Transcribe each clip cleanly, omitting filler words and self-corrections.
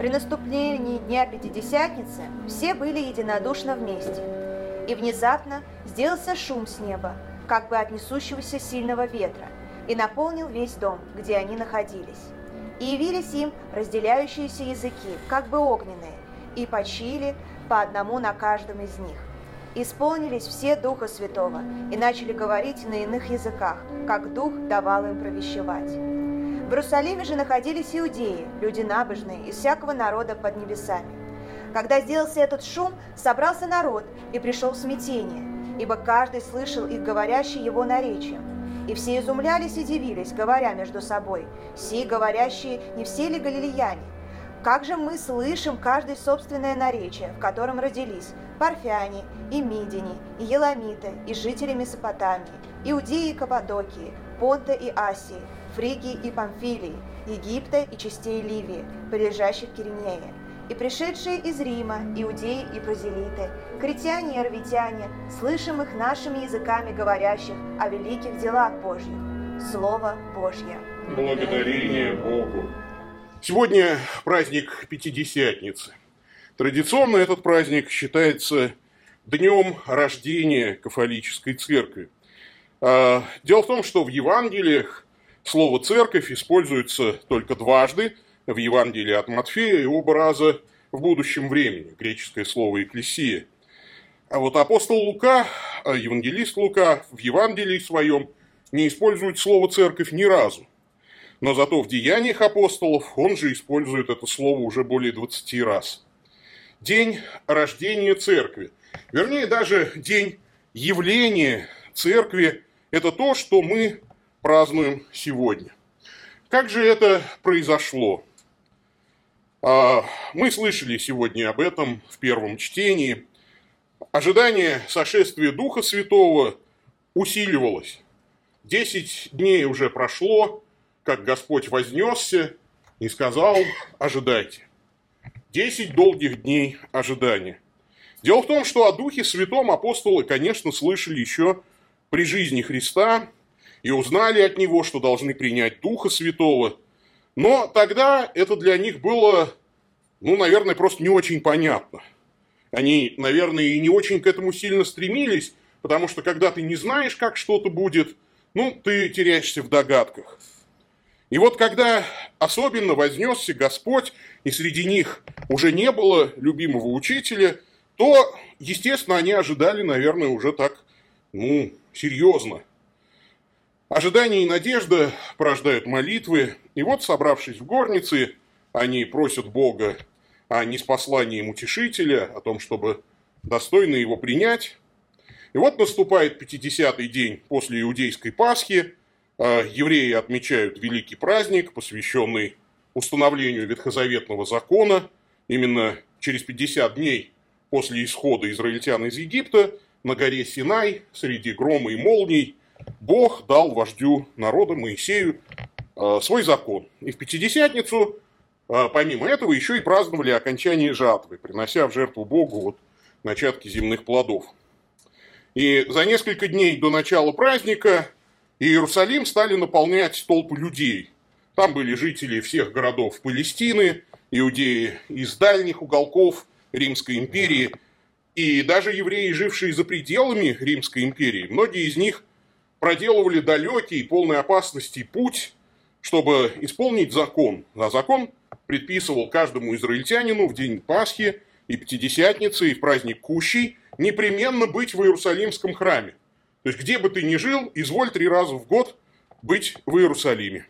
При наступлении Дня Пятидесятницы все были единодушно вместе. И внезапно сделался шум с неба, как бы от несущегося сильного ветра, и наполнил весь дом, где они находились. И явились им разделяющиеся языки, как бы огненные, и почили по одному на каждом из них. Исполнились все Духа Святого и начали говорить на иных языках, как Дух давал им провещевать. В Иерусалиме же находились иудеи, люди набожные, из всякого народа под небесами. Когда сделался этот шум, собрался народ и пришел в смятение, ибо каждый слышал их говорящий его наречием. И все изумлялись и дивились, говоря между собой: «Сии говорящие, не все ли галилеяне? Как же мы слышим каждое собственное наречие, в котором родились парфяне, и мидяне, и еламиты, и жители Месопотамии, Иудеи и Каппадокии, Понта и Асии, Фригии и Памфилии, Египта и частей Ливии, прилежащих к Киринее, и пришедшие из Рима, иудеи и прозелиты, критяне и арвитяне, слышим их нашими языками говорящих о великих делах Божьих. Слово Божье. Благодарение Богу. Сегодня праздник Пятидесятницы. Традиционно этот праздник считается днем рождения кафолической церкви. Дело в том, что в Евангелиях слово «церковь» используется только дважды, в Евангелии от Матфея и оба раза в будущем времени, греческое слово «экклесия». А вот апостол Лука, евангелист Лука, в Евангелии своем не использует слово «церковь» ни разу. Но зато в Деяниях апостолов он же использует это слово уже более 20 раз. День рождения церкви, вернее даже день явления церкви, это то, что мы празднуем сегодня. Как же это произошло? Мы слышали сегодня об этом в первом чтении. Ожидание сошествия Духа Святого усиливалось. 10 дней уже прошло, как Господь вознесся и сказал: ожидайте. 10 долгих дней ожидания. Дело в том, что о Духе Святом апостолы, конечно, слышали еще при жизни Христа и узнали от Него, что должны принять Духа Святого. Но тогда это для них было, наверное, просто не очень понятно. Они, наверное, и не очень к этому сильно стремились, потому что когда ты не знаешь, как что-то будет, ты теряешься в догадках. И вот когда особенно вознесся Господь, и среди них уже не было любимого учителя, то, естественно, они ожидали, наверное, уже так, серьезно. Ожидание и надежда порождают молитвы, и вот, собравшись в горнице, они просят Бога о ниспослании им утешителя, о том, чтобы достойно его принять. И вот наступает 50-й день после Иудейской Пасхи, евреи отмечают великий праздник, посвященный установлению ветхозаветного закона. Именно через 50 дней после исхода израильтян из Египта на горе Синай среди грома и молний Бог дал вождю народа Моисею свой закон. И в Пятидесятницу, помимо этого, еще и праздновали окончание жатвы, принося в жертву Богу начатки земных плодов. И за несколько дней до начала праздника Иерусалим стали наполнять толпы людей. Там были жители всех городов Палестины, иудеи из дальних уголков Римской империи, и даже евреи, жившие за пределами Римской империи. Многие из них проделывали далекий, полный опасностей путь, чтобы исполнить закон. А закон предписывал каждому израильтянину в день Пасхи и Пятидесятницы, и в праздник Кущей непременно быть в Иерусалимском храме. То есть, где бы ты ни жил, изволь 3 раза в год быть в Иерусалиме.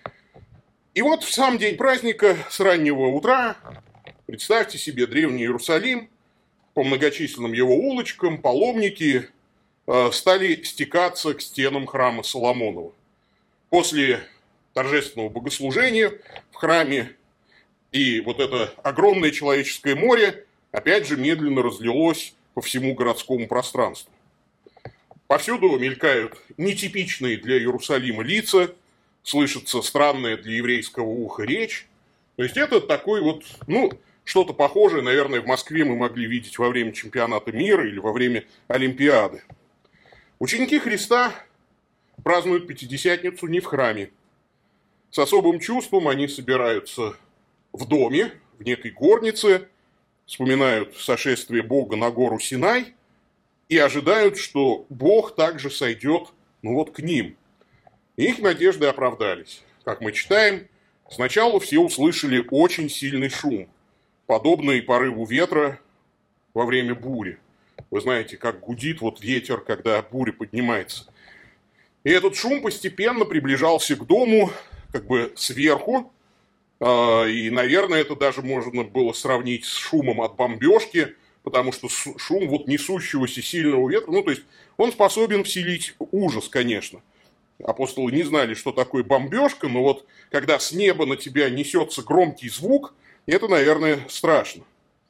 И вот в сам день праздника с раннего утра, представьте себе древний Иерусалим, по многочисленным его улочкам паломники стали стекаться к стенам храма Соломонова. После торжественного богослужения в храме и вот это огромное человеческое море опять же медленно разлилось по всему городскому пространству. Повсюду мелькают нетипичные для Иерусалима лица, слышится странная для еврейского уха речь. То есть это такой что-то похожее, наверное, в Москве мы могли видеть во время чемпионата мира или во время Олимпиады. Ученики Христа празднуют Пятидесятницу не в храме. С особым чувством они собираются в доме, в некой горнице, вспоминают сошествие Бога на гору Синай и ожидают, что Бог также сойдет, к ним. И их надежды оправдались. Как мы читаем, сначала все услышали очень сильный шум, подобный порыву ветра во время бури. Вы знаете, как гудит ветер, когда буря поднимается. И этот шум постепенно приближался к дому, сверху. И, наверное, это даже можно было сравнить с шумом от бомбежки, потому что шум несущегося сильного ветра, то есть он способен вселить ужас, конечно. Апостолы не знали, что такое бомбежка, но когда с неба на тебя несется громкий звук, это, наверное, страшно.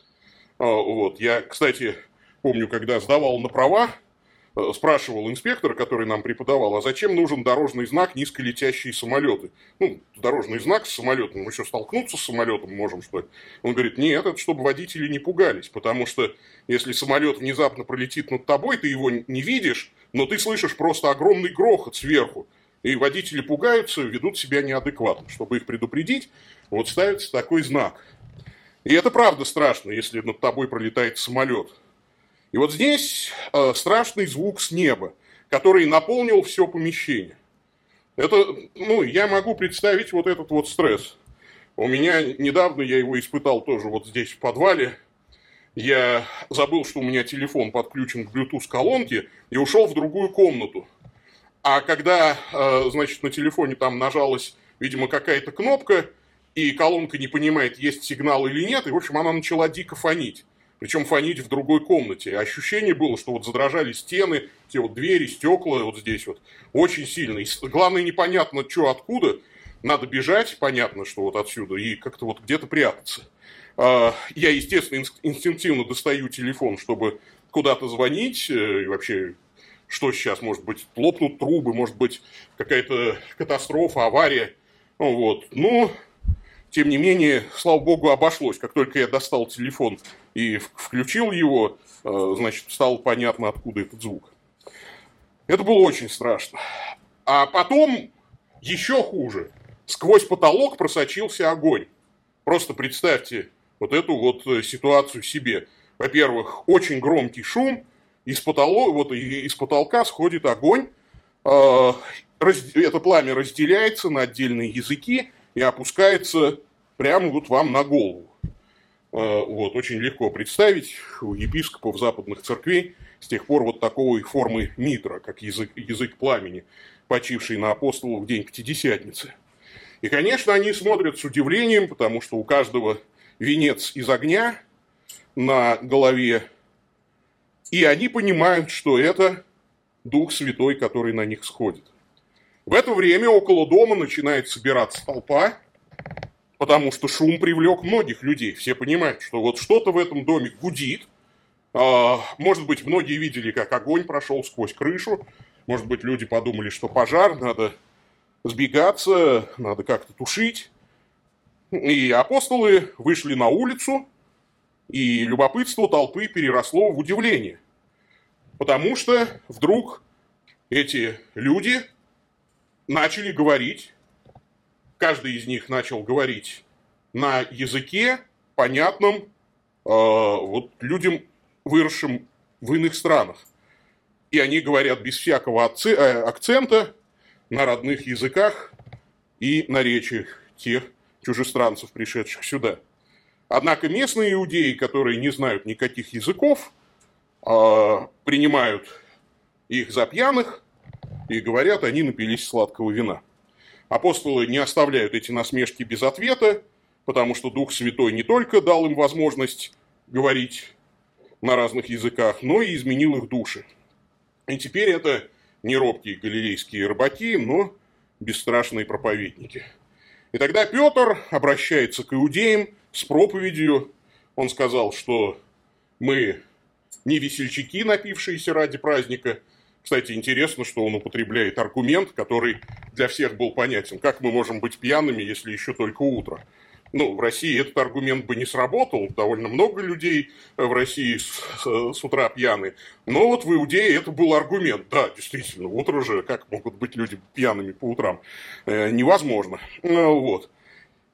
Я, кстати, помню, когда сдавал на права, спрашивал инспектора, который нам преподавал, а зачем нужен дорожный знак «низколетящие самолеты»? Дорожный знак с самолетом, мы еще столкнуться с самолетом можем, что ли? Он говорит, нет, это чтобы водители не пугались, потому что если самолет внезапно пролетит над тобой, ты его не видишь, но ты слышишь просто огромный грохот сверху, и водители пугаются, ведут себя неадекватно. Чтобы их предупредить, ставится такой знак. И это правда страшно, если над тобой пролетает самолет. И здесь страшный звук с неба, который наполнил все помещение. Это, я могу представить этот стресс. У меня недавно, я его испытал тоже здесь в подвале. Я забыл, что у меня телефон подключен к Bluetooth-колонке и ушел в другую комнату. А когда, на телефоне там нажалась, видимо, какая-то кнопка, и колонка не понимает, есть сигнал или нет, и, в общем, она начала дико фонить. Причем фонить в другой комнате. Ощущение было, что задрожали стены, те двери, стекла здесь очень сильно. И главное, непонятно, что откуда. Надо бежать, понятно, что отсюда, и как-то где-то прятаться. Я, естественно, инстинктивно достаю телефон, чтобы куда-то звонить. И вообще, что сейчас, может быть, лопнут трубы, может быть, какая-то катастрофа, авария. Тем не слава богу, обошлось. Как только я достал телефон и включил его, стало понятно, откуда этот звук. Это было очень страшно. А потом, еще хуже, сквозь потолок просочился огонь. Просто представьте эту ситуацию себе. Во-первых, очень громкий шум, из потолка сходит огонь, это пламя разделяется на отдельные языки, и опускается прямо вам на голову. Очень легко представить у епископов западных церквей с тех пор такой формы митра, как язык пламени, почивший на апостолов в день Пятидесятницы. И, конечно, они смотрят с удивлением, потому что у каждого венец из огня на голове, и они понимают, что это Дух Святой, который на них сходит. В это время около дома начинает собираться толпа, потому что шум привлек многих людей. Все понимают, что что-то в этом доме гудит. Может быть, многие видели, как огонь прошел сквозь крышу. Может быть, люди подумали, что пожар, надо сбегаться, надо как-то тушить. И апостолы вышли на улицу, и любопытство толпы переросло в удивление. Потому что вдруг эти люди начали говорить, каждый из них начал говорить на языке, понятном людям, выросшим в иных странах. И они говорят без всякого акцента на родных языках и наречиях тех чужестранцев, пришедших сюда. Однако местные иудеи, которые не знают никаких языков, принимают их за пьяных и говорят, они напились сладкого вина. Апостолы не оставляют эти насмешки без ответа, потому что Дух Святой не только дал им возможность говорить на разных языках, но и изменил их души. И теперь это не робкие галилейские рыбаки, но бесстрашные проповедники. И тогда Петр обращается к иудеям с проповедью. Он сказал, что мы не весельчаки, напившиеся ради праздника. Кстати, интересно, что он употребляет аргумент, который для всех был понятен. Как мы можем быть пьяными, если еще только утро? В России этот аргумент бы не сработал. Довольно много людей в России с утра пьяны. Но в Иудее это был аргумент. Да, действительно, утро же, как могут быть люди пьяными по утрам? Невозможно.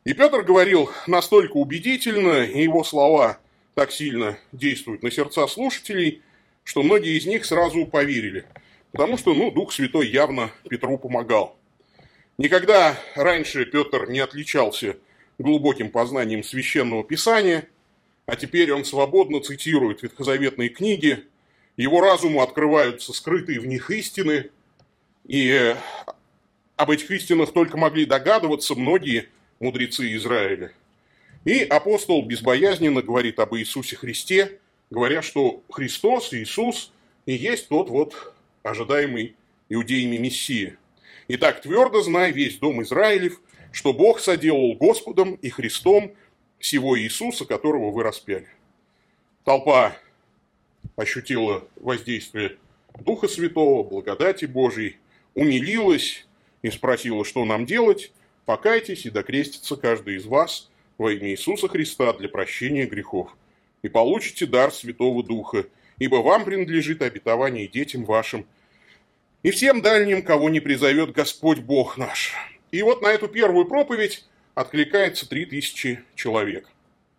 И Петр говорил настолько убедительно, и его слова так сильно действуют на сердца слушателей, что многие из них сразу поверили, потому что, Дух Святой явно Петру помогал. Никогда раньше Петр не отличался глубоким познанием Священного Писания, а теперь он свободно цитирует ветхозаветные книги, его разуму открываются скрытые в них истины, и об этих истинах только могли догадываться многие мудрецы Израиля. И апостол безбоязненно говорит об Иисусе Христе, говоря, что Христос, Иисус, и есть тот вот ожидаемый иудеями Мессия. Итак, твердо знай весь дом Израилев, что Бог соделал Господом и Христом сего Иисуса, которого вы распяли. Толпа ощутила воздействие Духа Святого, благодати Божией, умилилась и спросила, что нам делать. Покайтесь и докрестится каждый из вас во имя Иисуса Христа для прощения грехов, и получите дар Святого Духа, ибо вам принадлежит обетование детям вашим, и всем дальним, кого не призовет Господь Бог наш. И вот на эту первую проповедь откликается 3000 человек.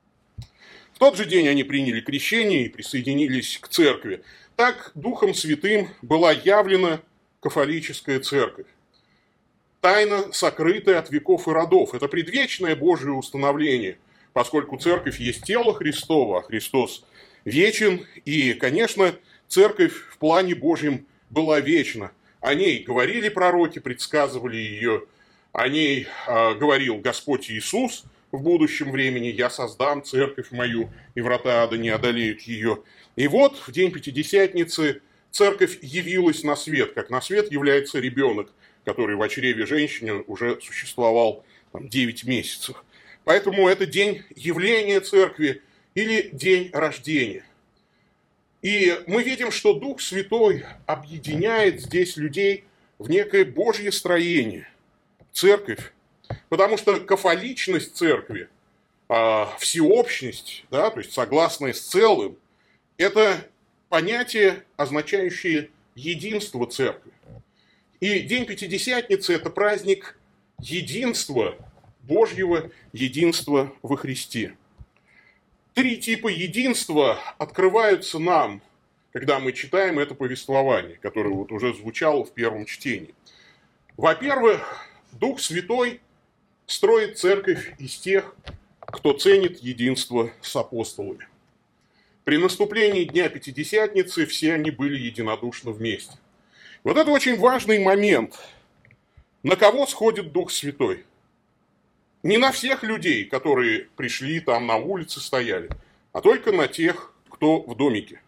В тот же день они приняли крещение и присоединились к церкви. Так Духом Святым была явлена кафолическая церковь. Тайна, сокрытая от веков и родов. Это предвечное Божие установление, поскольку церковь есть тело Христово, а Христос вечен. И, конечно, церковь в плане Божьем была вечна. О ней говорили пророки, предсказывали ее. О ней говорил Господь Иисус в будущем времени. «Я создам церковь мою, и врата ада не одолеют ее». И вот в день Пятидесятницы церковь явилась на свет, как на свет является ребенок, который в чреве женщины уже существовал 9 месяцев. Поэтому это день явления церкви или день рождения. И мы видим, что Дух Святой объединяет здесь людей в некое Божье строение, церковь. Потому что кафоличность церкви, всеобщность, то есть согласная с целым, это понятие, означающее единство церкви. И День Пятидесятницы – это праздник единства Божьего, единства во Христе. 3 типа единства открываются нам, когда мы читаем это повествование, которое вот уже звучало в первом чтении. Во-первых, Дух Святой строит церковь из тех, кто ценит единство с апостолами. При наступлении Дня Пятидесятницы все они были единодушно вместе. Вот это очень важный момент. На кого сходит Дух Святой? Не на всех людей, которые пришли там на улице стояли, а только на тех, кто в домике.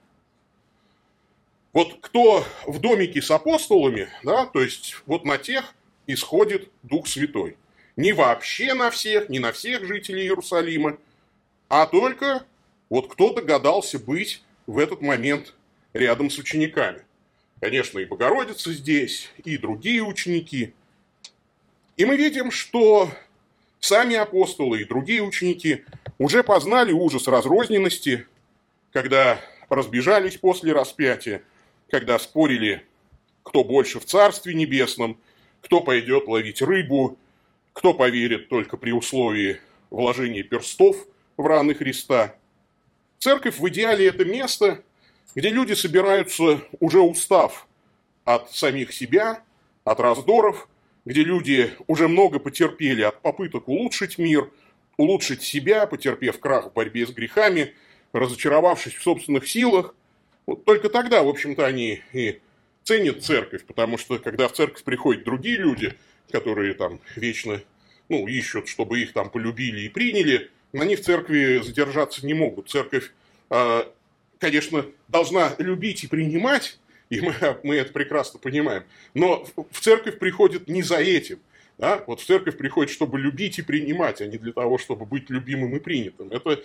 Вот кто в домике с апостолами, то есть вот на тех исходит Дух Святой. Не вообще на всех, не на всех жителей Иерусалима, а только вот кто догадался быть в этот момент рядом с учениками. Конечно, и Богородица здесь, и другие ученики. И мы видим, что сами апостолы и другие ученики уже познали ужас разрозненности, когда разбежались после распятия, когда спорили, кто больше в Царстве Небесном, кто пойдет ловить рыбу, кто поверит только при условии вложения перстов в раны Христа. Церковь в идеале это место, где люди собираются, уже устав от самих себя, от раздоров, где люди уже много потерпели от попыток улучшить мир, улучшить себя, потерпев крах в борьбе с грехами, разочаровавшись в собственных силах. Вот только тогда, в общем-то, они и ценят церковь, потому что, когда в церковь приходят другие люди, которые там вечно ищут, чтобы их там полюбили и приняли, они в церкви задержаться не могут. Церковь, конечно, должна любить и принимать, и мы это прекрасно понимаем, но в церковь приходят не за этим. Вот в церковь приходит, чтобы любить и принимать, а не для того, чтобы быть любимым и принятым. Это,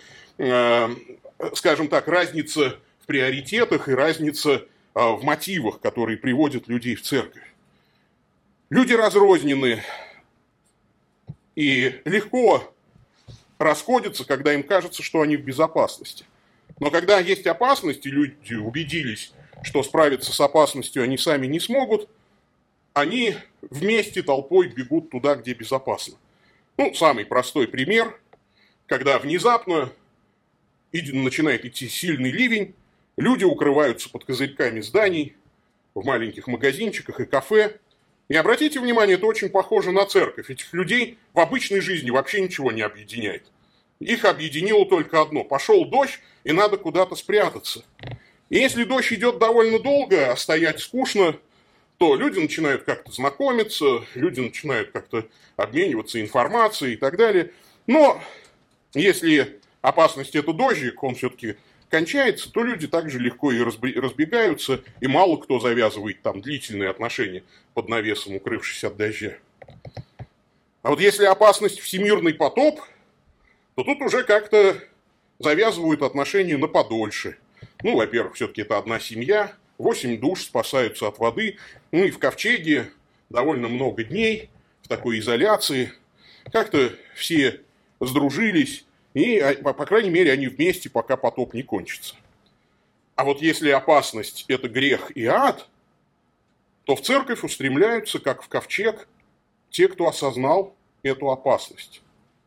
скажем так, разница в приоритетах и разница в мотивах, которые приводят людей в церковь. Люди разрознены и легко расходятся, когда им кажется, что они в безопасности. Но когда есть опасность, и люди убедились, что справиться с опасностью они сами не смогут, они вместе толпой бегут туда, где безопасно. Ну, самый простой пример, когда внезапно начинает идти сильный ливень, люди укрываются под козырьками зданий, в маленьких магазинчиках и кафе. И обратите внимание, это очень похоже на церковь. Этих людей в обычной жизни вообще ничего не объединяет. Их объединило только одно. Пошел дождь, и надо куда-то спрятаться. И если дождь идет довольно долго, а стоять скучно, то люди начинают как-то знакомиться, люди начинают как-то обмениваться информацией и так далее. Но если опасность это дождик, он все-таки кончается, то люди также легко и разбегаются, и мало кто завязывает там длительные отношения под навесом, укрывшись от дождя. А вот если опасность всемирный потоп, то тут уже как-то завязывают отношения на подольше. Ну, во-первых, все-таки это одна семья, 8 душ спасаются от воды, ну и в ковчеге довольно много дней в такой изоляции. Как-то все сдружились, и, по крайней мере, они вместе, пока потоп не кончится. А вот если опасность – это грех и ад, то в церковь устремляются, как в ковчег, те, кто осознал эту опасность.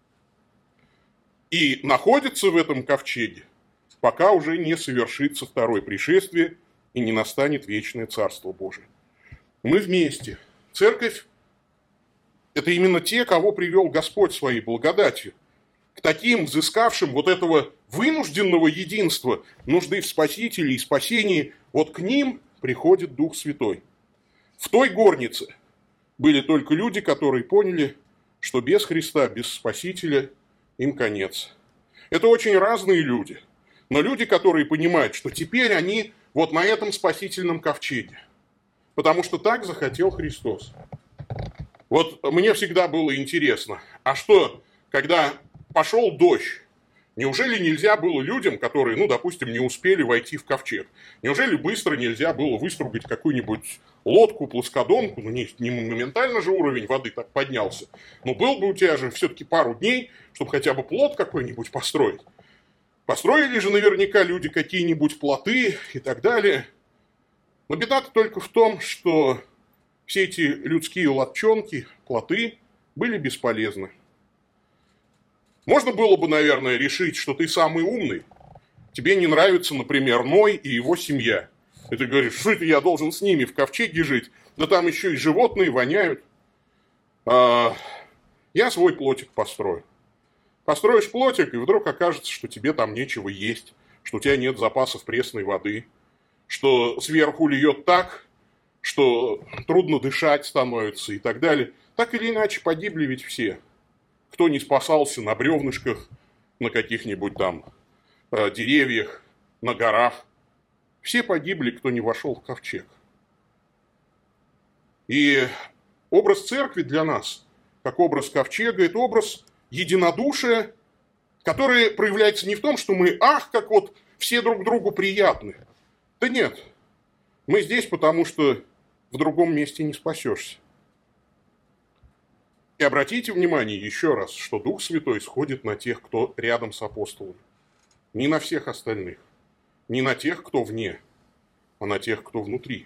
И находятся в этом ковчеге, пока уже не совершится второе пришествие и не настанет вечное Царство Божие. Мы вместе. Церковь – это именно те, кого привел Господь своей благодатью. К таким, взыскавшим вот этого вынужденного единства, нужды в Спасителе и спасении, вот к ним приходит Дух Святой. В той горнице были только люди, которые поняли, что без Христа, без Спасителя им конец. Это очень разные люди, но люди, которые понимают, что теперь они вот на этом спасительном ковчеге, потому что так захотел Христос. Вот мне всегда было интересно, а что, когда пошел дождь, неужели нельзя было людям, которые, ну, допустим, не успели войти в ковчег, неужели быстро нельзя было выстругать какую-нибудь лодку, плоскодонку, ну, не моментально же уровень воды так поднялся, но был бы у тебя же все-таки пару дней, чтобы хотя бы плот какой-нибудь построить. Построили же наверняка люди какие-нибудь плоты и так далее. Но беда-то только в том, что все эти людские лодчонки, плоты были бесполезны. Можно было бы, наверное, решить, что ты самый умный. Тебе не нравится, например, Ной и его семья. И ты говоришь, что это я должен с ними в ковчеге жить? Да там еще и животные воняют. Я свой плотик построю. Построишь плотик, и вдруг окажется, что тебе там нечего есть, что у тебя нет запасов пресной воды, что сверху льет так, что трудно дышать становится и так далее. Так или иначе погибли ведь все. Кто не спасался на бревнышках, на каких-нибудь там деревьях, на горах. Все погибли, кто не вошел в ковчег. И образ церкви для нас, как образ ковчега, это образ единодушия, который проявляется не в том, что мы, как вот все друг другу приятны. Да нет, мы здесь, потому что в другом месте не спасешься. И обратите внимание еще раз, что Дух Святой сходит на тех, кто рядом с апостолами. Не на всех остальных. Не на тех, кто вне, а на тех, кто внутри.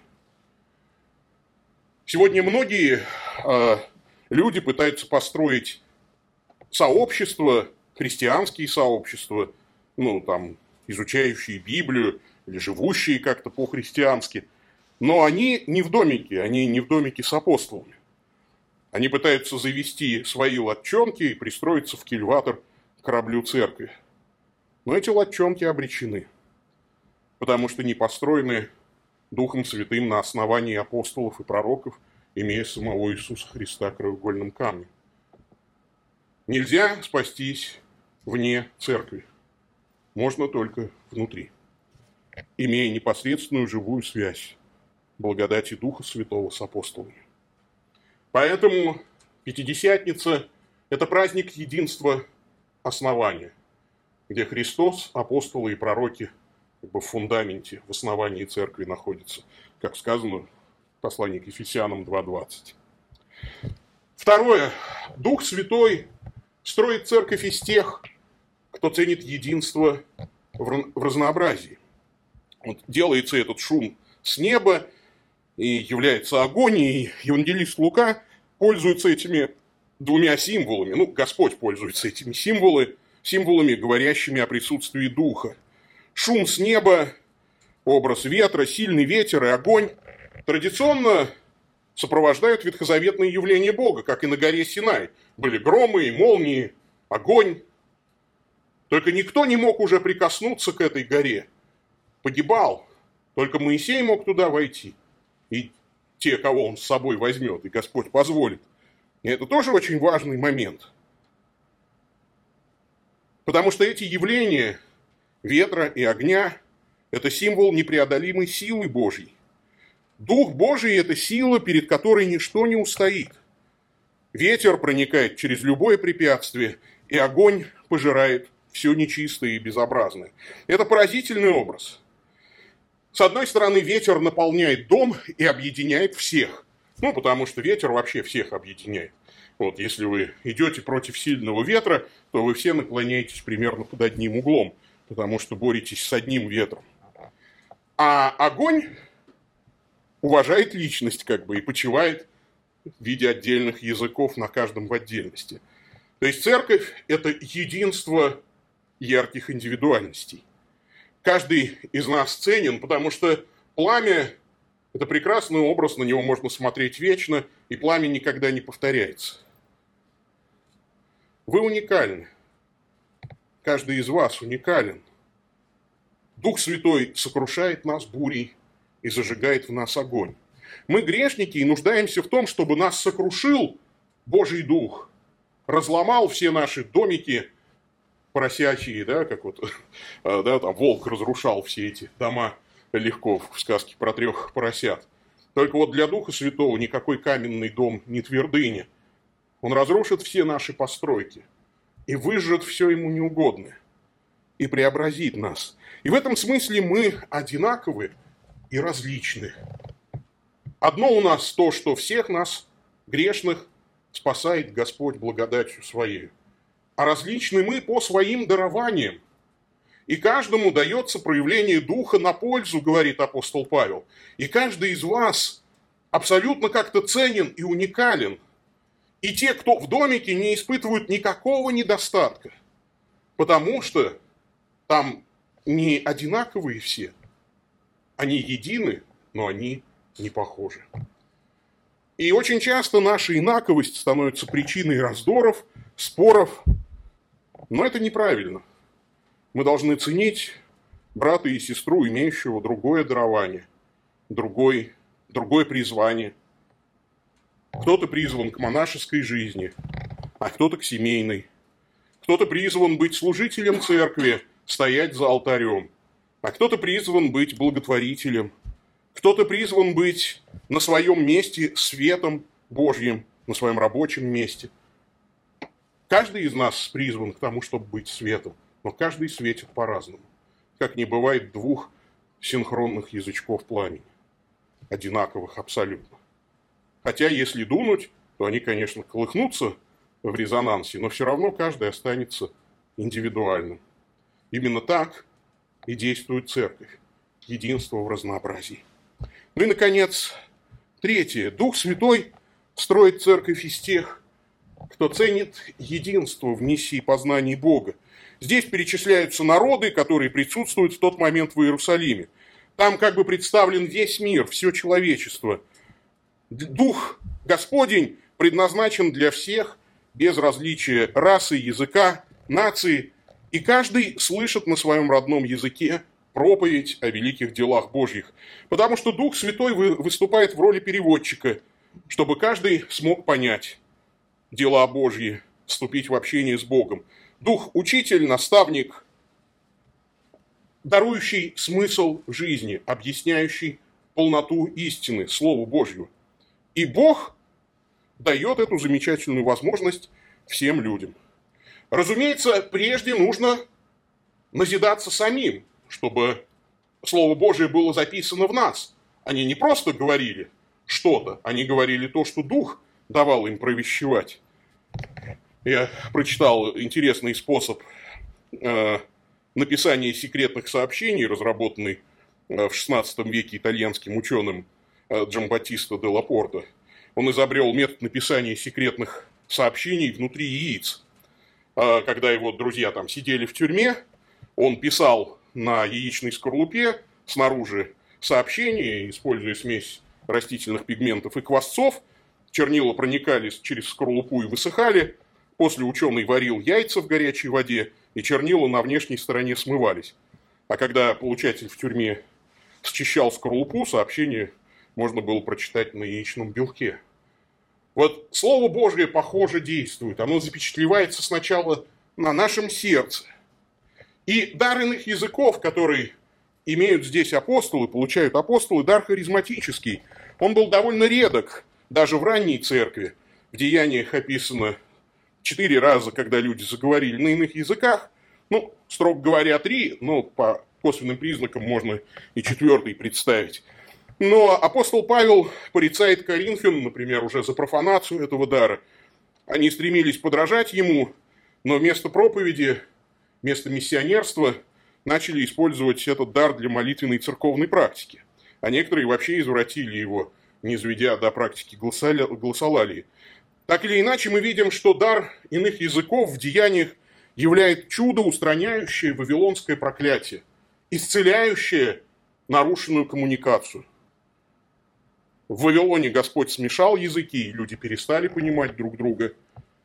Сегодня многие люди пытаются построить сообщества, христианские сообщества, ну, там, изучающие Библию или живущие как-то по-христиански. Но они не в домике с апостолами. Они пытаются завести свои лодчонки и пристроиться в кильватор к кораблю церкви. Но эти лодчонки обречены, потому что не построены Духом Святым на основании апостолов и пророков, имея самого Иисуса Христа краеугольным камнем. Нельзя спастись вне церкви. Можно только внутри, имея непосредственную живую связь благодати Духа Святого с апостолами. Поэтому Пятидесятница – это праздник единства основания, где Христос, апостолы и пророки в фундаменте, в основании церкви находятся, как сказано в послании к Ефесянам 2:20. Второе. Дух Святой строит церковь из тех, кто ценит единство в разнообразии. Вот делается этот шум с неба, и является огонь, и евангелист Лука пользуется этими двумя символами. Ну, Господь пользуется этими символами, говорящими о присутствии Духа. Шум с неба, образ ветра, сильный ветер и огонь традиционно сопровождают ветхозаветные явления Бога, как и на горе Синай. Были громы и молнии, огонь. Только никто не мог уже прикоснуться к этой горе. Погибал. Только Моисей мог туда войти. И те, кого он с собой возьмет, и Господь позволит. И это тоже очень важный момент. Потому что эти явления ветра и огня – это символ непреодолимой силы Божьей. Дух Божий – это сила, перед которой ничто не устоит. Ветер проникает через любое препятствие, и огонь пожирает все нечистое и безобразное. Это поразительный образ. С одной стороны, ветер наполняет дом и объединяет всех. Ну, потому что ветер вообще всех объединяет. Вот, если вы идете против сильного ветра, то вы все наклоняетесь примерно под одним углом, потому что боретесь с одним ветром. А огонь уважает личность и почивает в виде отдельных языков на каждом в отдельности. То есть церковь – это единство ярких индивидуальностей. Каждый из нас ценен, потому что пламя – это прекрасный образ, на него можно смотреть вечно, и пламя никогда не повторяется. Вы уникальны. Каждый из вас уникален. Дух Святой сокрушает нас бурей и зажигает в нас огонь. Мы грешники и нуждаемся в том, чтобы нас сокрушил Божий Дух, разломал все наши домики поросячьи, там волк разрушал все эти дома легко в сказке про 3 поросят. Только вот для Духа Святого никакой каменный дом не твердыня. Он разрушит все наши постройки и выжжет все ему неугодное и преобразит нас. И в этом смысле мы одинаковы и различны. Одно у нас то, что всех нас, грешных, спасает Господь благодатью Своей. А различны мы по своим дарованиям. И каждому дается проявление Духа на пользу, говорит апостол Павел. И каждый из вас абсолютно как-то ценен и уникален. И те, кто в домике, не испытывают никакого недостатка. Потому что там не одинаковые все. Они едины, но они не похожи. И очень часто наша инаковость становится причиной раздоров, споров. Но это неправильно. Мы должны ценить брата и сестру, имеющего другое дарование, другое призвание. Кто-то призван к монашеской жизни, а кто-то к семейной. Кто-то призван быть служителем церкви, стоять за алтарем, а кто-то призван быть благотворителем. Кто-то призван быть на своем месте светом Божьим, на своем рабочем месте. Каждый из нас призван к тому, чтобы быть светом, но каждый светит по-разному. Как не бывает 2 синхронных язычков пламени, одинаковых абсолютно. Хотя, если дунуть, то они, конечно, колыхнутся в резонансе, но все равно каждый останется индивидуальным. Именно так и действует церковь. Единство в разнообразии. Ну и, наконец, 3. Дух Святой строит церковь из тех, кто ценит единство в миссии познания Бога. Здесь перечисляются народы, которые присутствуют в тот момент в Иерусалиме. Там представлен весь мир, все человечество. Дух Господень предназначен для всех, без различия расы, языка, нации. И каждый слышит на своем родном языке проповедь о великих делах Божьих. Потому что Дух Святой выступает в роли переводчика, чтобы каждый смог понять дела Божьи, вступить в общение с Богом. Дух – учитель, наставник, дарующий смысл жизни, объясняющий полноту истины, Слову Божью. И Бог дает эту замечательную возможность всем людям. Разумеется, прежде нужно назидаться самим, чтобы Слово Божие было записано в нас. Они не просто говорили что-то, они говорили то, что Дух давал им провещевать. Я прочитал интересный способ написания секретных сообщений, разработанный в XVI веке итальянским ученым Джамбаттисто де Лапорто. Он изобрел метод написания секретных сообщений внутри яиц. Когда его друзья там сидели в тюрьме, он писал на яичной скорлупе снаружи сообщения, используя смесь растительных пигментов и квасцов. Чернила проникали через скорлупу и высыхали. После ученый варил яйца в горячей воде, и чернила на внешней стороне смывались. А когда получатель в тюрьме счищал скорлупу, сообщение можно было прочитать на яичном белке. Вот Слово Божие, похоже, действует. Оно запечатлевается сначала на нашем сердце. И дар иных языков, который имеют здесь апостолы, получают апостолы, дар харизматический. Он был довольно редок, даже в ранней церкви. В Деяниях описано 4 раза, когда люди заговорили на иных языках. Ну, строго говоря, 3, но по косвенным признакам можно и 4 представить. Но апостол Павел порицает Коринфян, например, уже за профанацию этого дара. Они стремились подражать ему, но вместо проповеди, вместо миссионерства начали использовать этот дар для молитвенной церковной практики. А некоторые вообще извратили его, не сведя до практики гласолалии. Так или иначе, мы видим, что дар иных языков в деяниях является чудо, устраняющее вавилонское проклятие, исцеляющее нарушенную коммуникацию. В Вавилоне Господь смешал языки, и люди перестали понимать друг друга.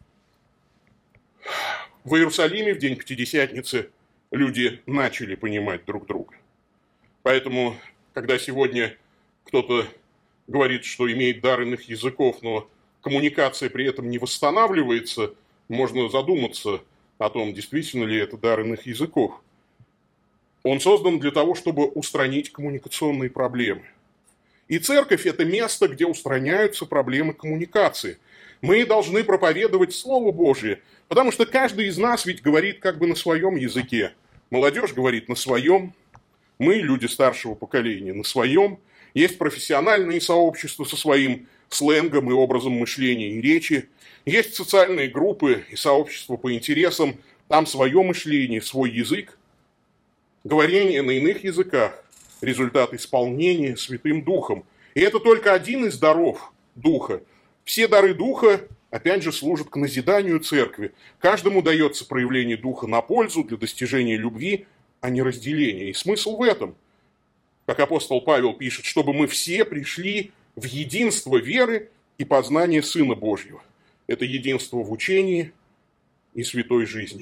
В Иерусалиме в день Пятидесятницы люди начали понимать друг друга. Поэтому, когда сегодня кто-то говорит, что имеет дар иных языков, но коммуникация при этом не восстанавливается, можно задуматься о том, действительно ли это дар иных языков. Он создан для того, чтобы устранить коммуникационные проблемы. И церковь – это место, где устраняются проблемы коммуникации. Мы должны проповедовать Слово Божие, потому что каждый из нас ведь говорит как бы на своем языке. Молодежь говорит на своем, мы, люди старшего поколения, на своем. Есть профессиональные сообщества со своим сленгом и образом мышления и речи. Есть социальные группы и сообщества по интересам, там свое мышление, свой язык. Говорение на иных языках – результат исполнения Святым Духом. И это только один из даров Духа. Все дары Духа, опять же, служат к назиданию церкви. Каждому дается проявление Духа на пользу для достижения любви, а не разделения. И смысл в этом, как апостол Павел пишет, чтобы мы все пришли в единство веры и познания Сына Божьего. Это единство в учении и святой жизни.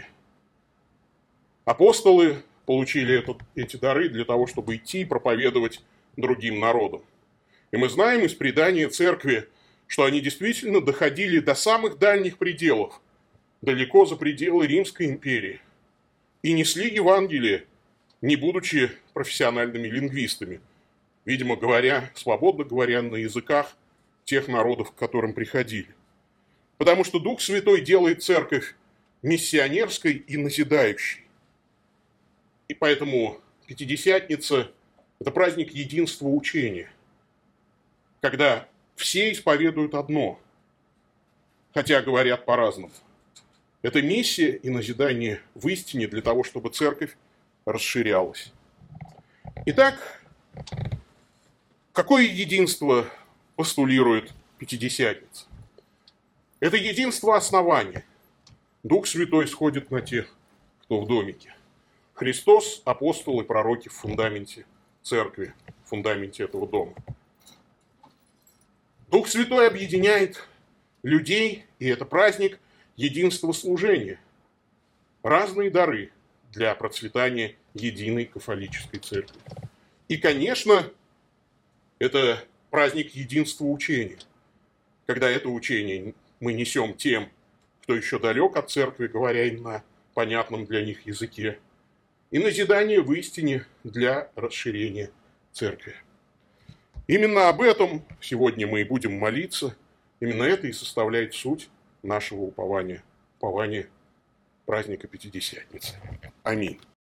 Апостолы получили эти дары для того, чтобы идти и проповедовать другим народам. И мы знаем из предания церкви, что они действительно доходили до самых дальних пределов, далеко за пределы Римской империи, и несли Евангелие, не будучи профессиональными лингвистами, видимо, свободно говоря на языках тех народов, к которым приходили. Потому что Дух Святой делает церковь миссионерской и назидающей. И поэтому Пятидесятница – это праздник единства учения, когда все исповедуют одно, хотя говорят по-разному. Это миссия и назидание в истине для того, чтобы церковь расширялась. Итак, какое единство постулирует Пятидесятница? Это единство основания. Дух Святой сходит на тех, кто в домике. Христос, апостолы, пророки в фундаменте церкви, в фундаменте этого дома. Дух Святой объединяет людей, и это праздник единства служения. Разные дары для процветания единой кафолической церкви. И, конечно, это праздник единства учения, когда это учение мы несем тем, кто еще далек от церкви, говоря им на понятном для них языке, и назидание в истине для расширения церкви. Именно об этом сегодня мы и будем молиться. Именно это и составляет суть нашего упования праздника Пятидесятницы. Аминь.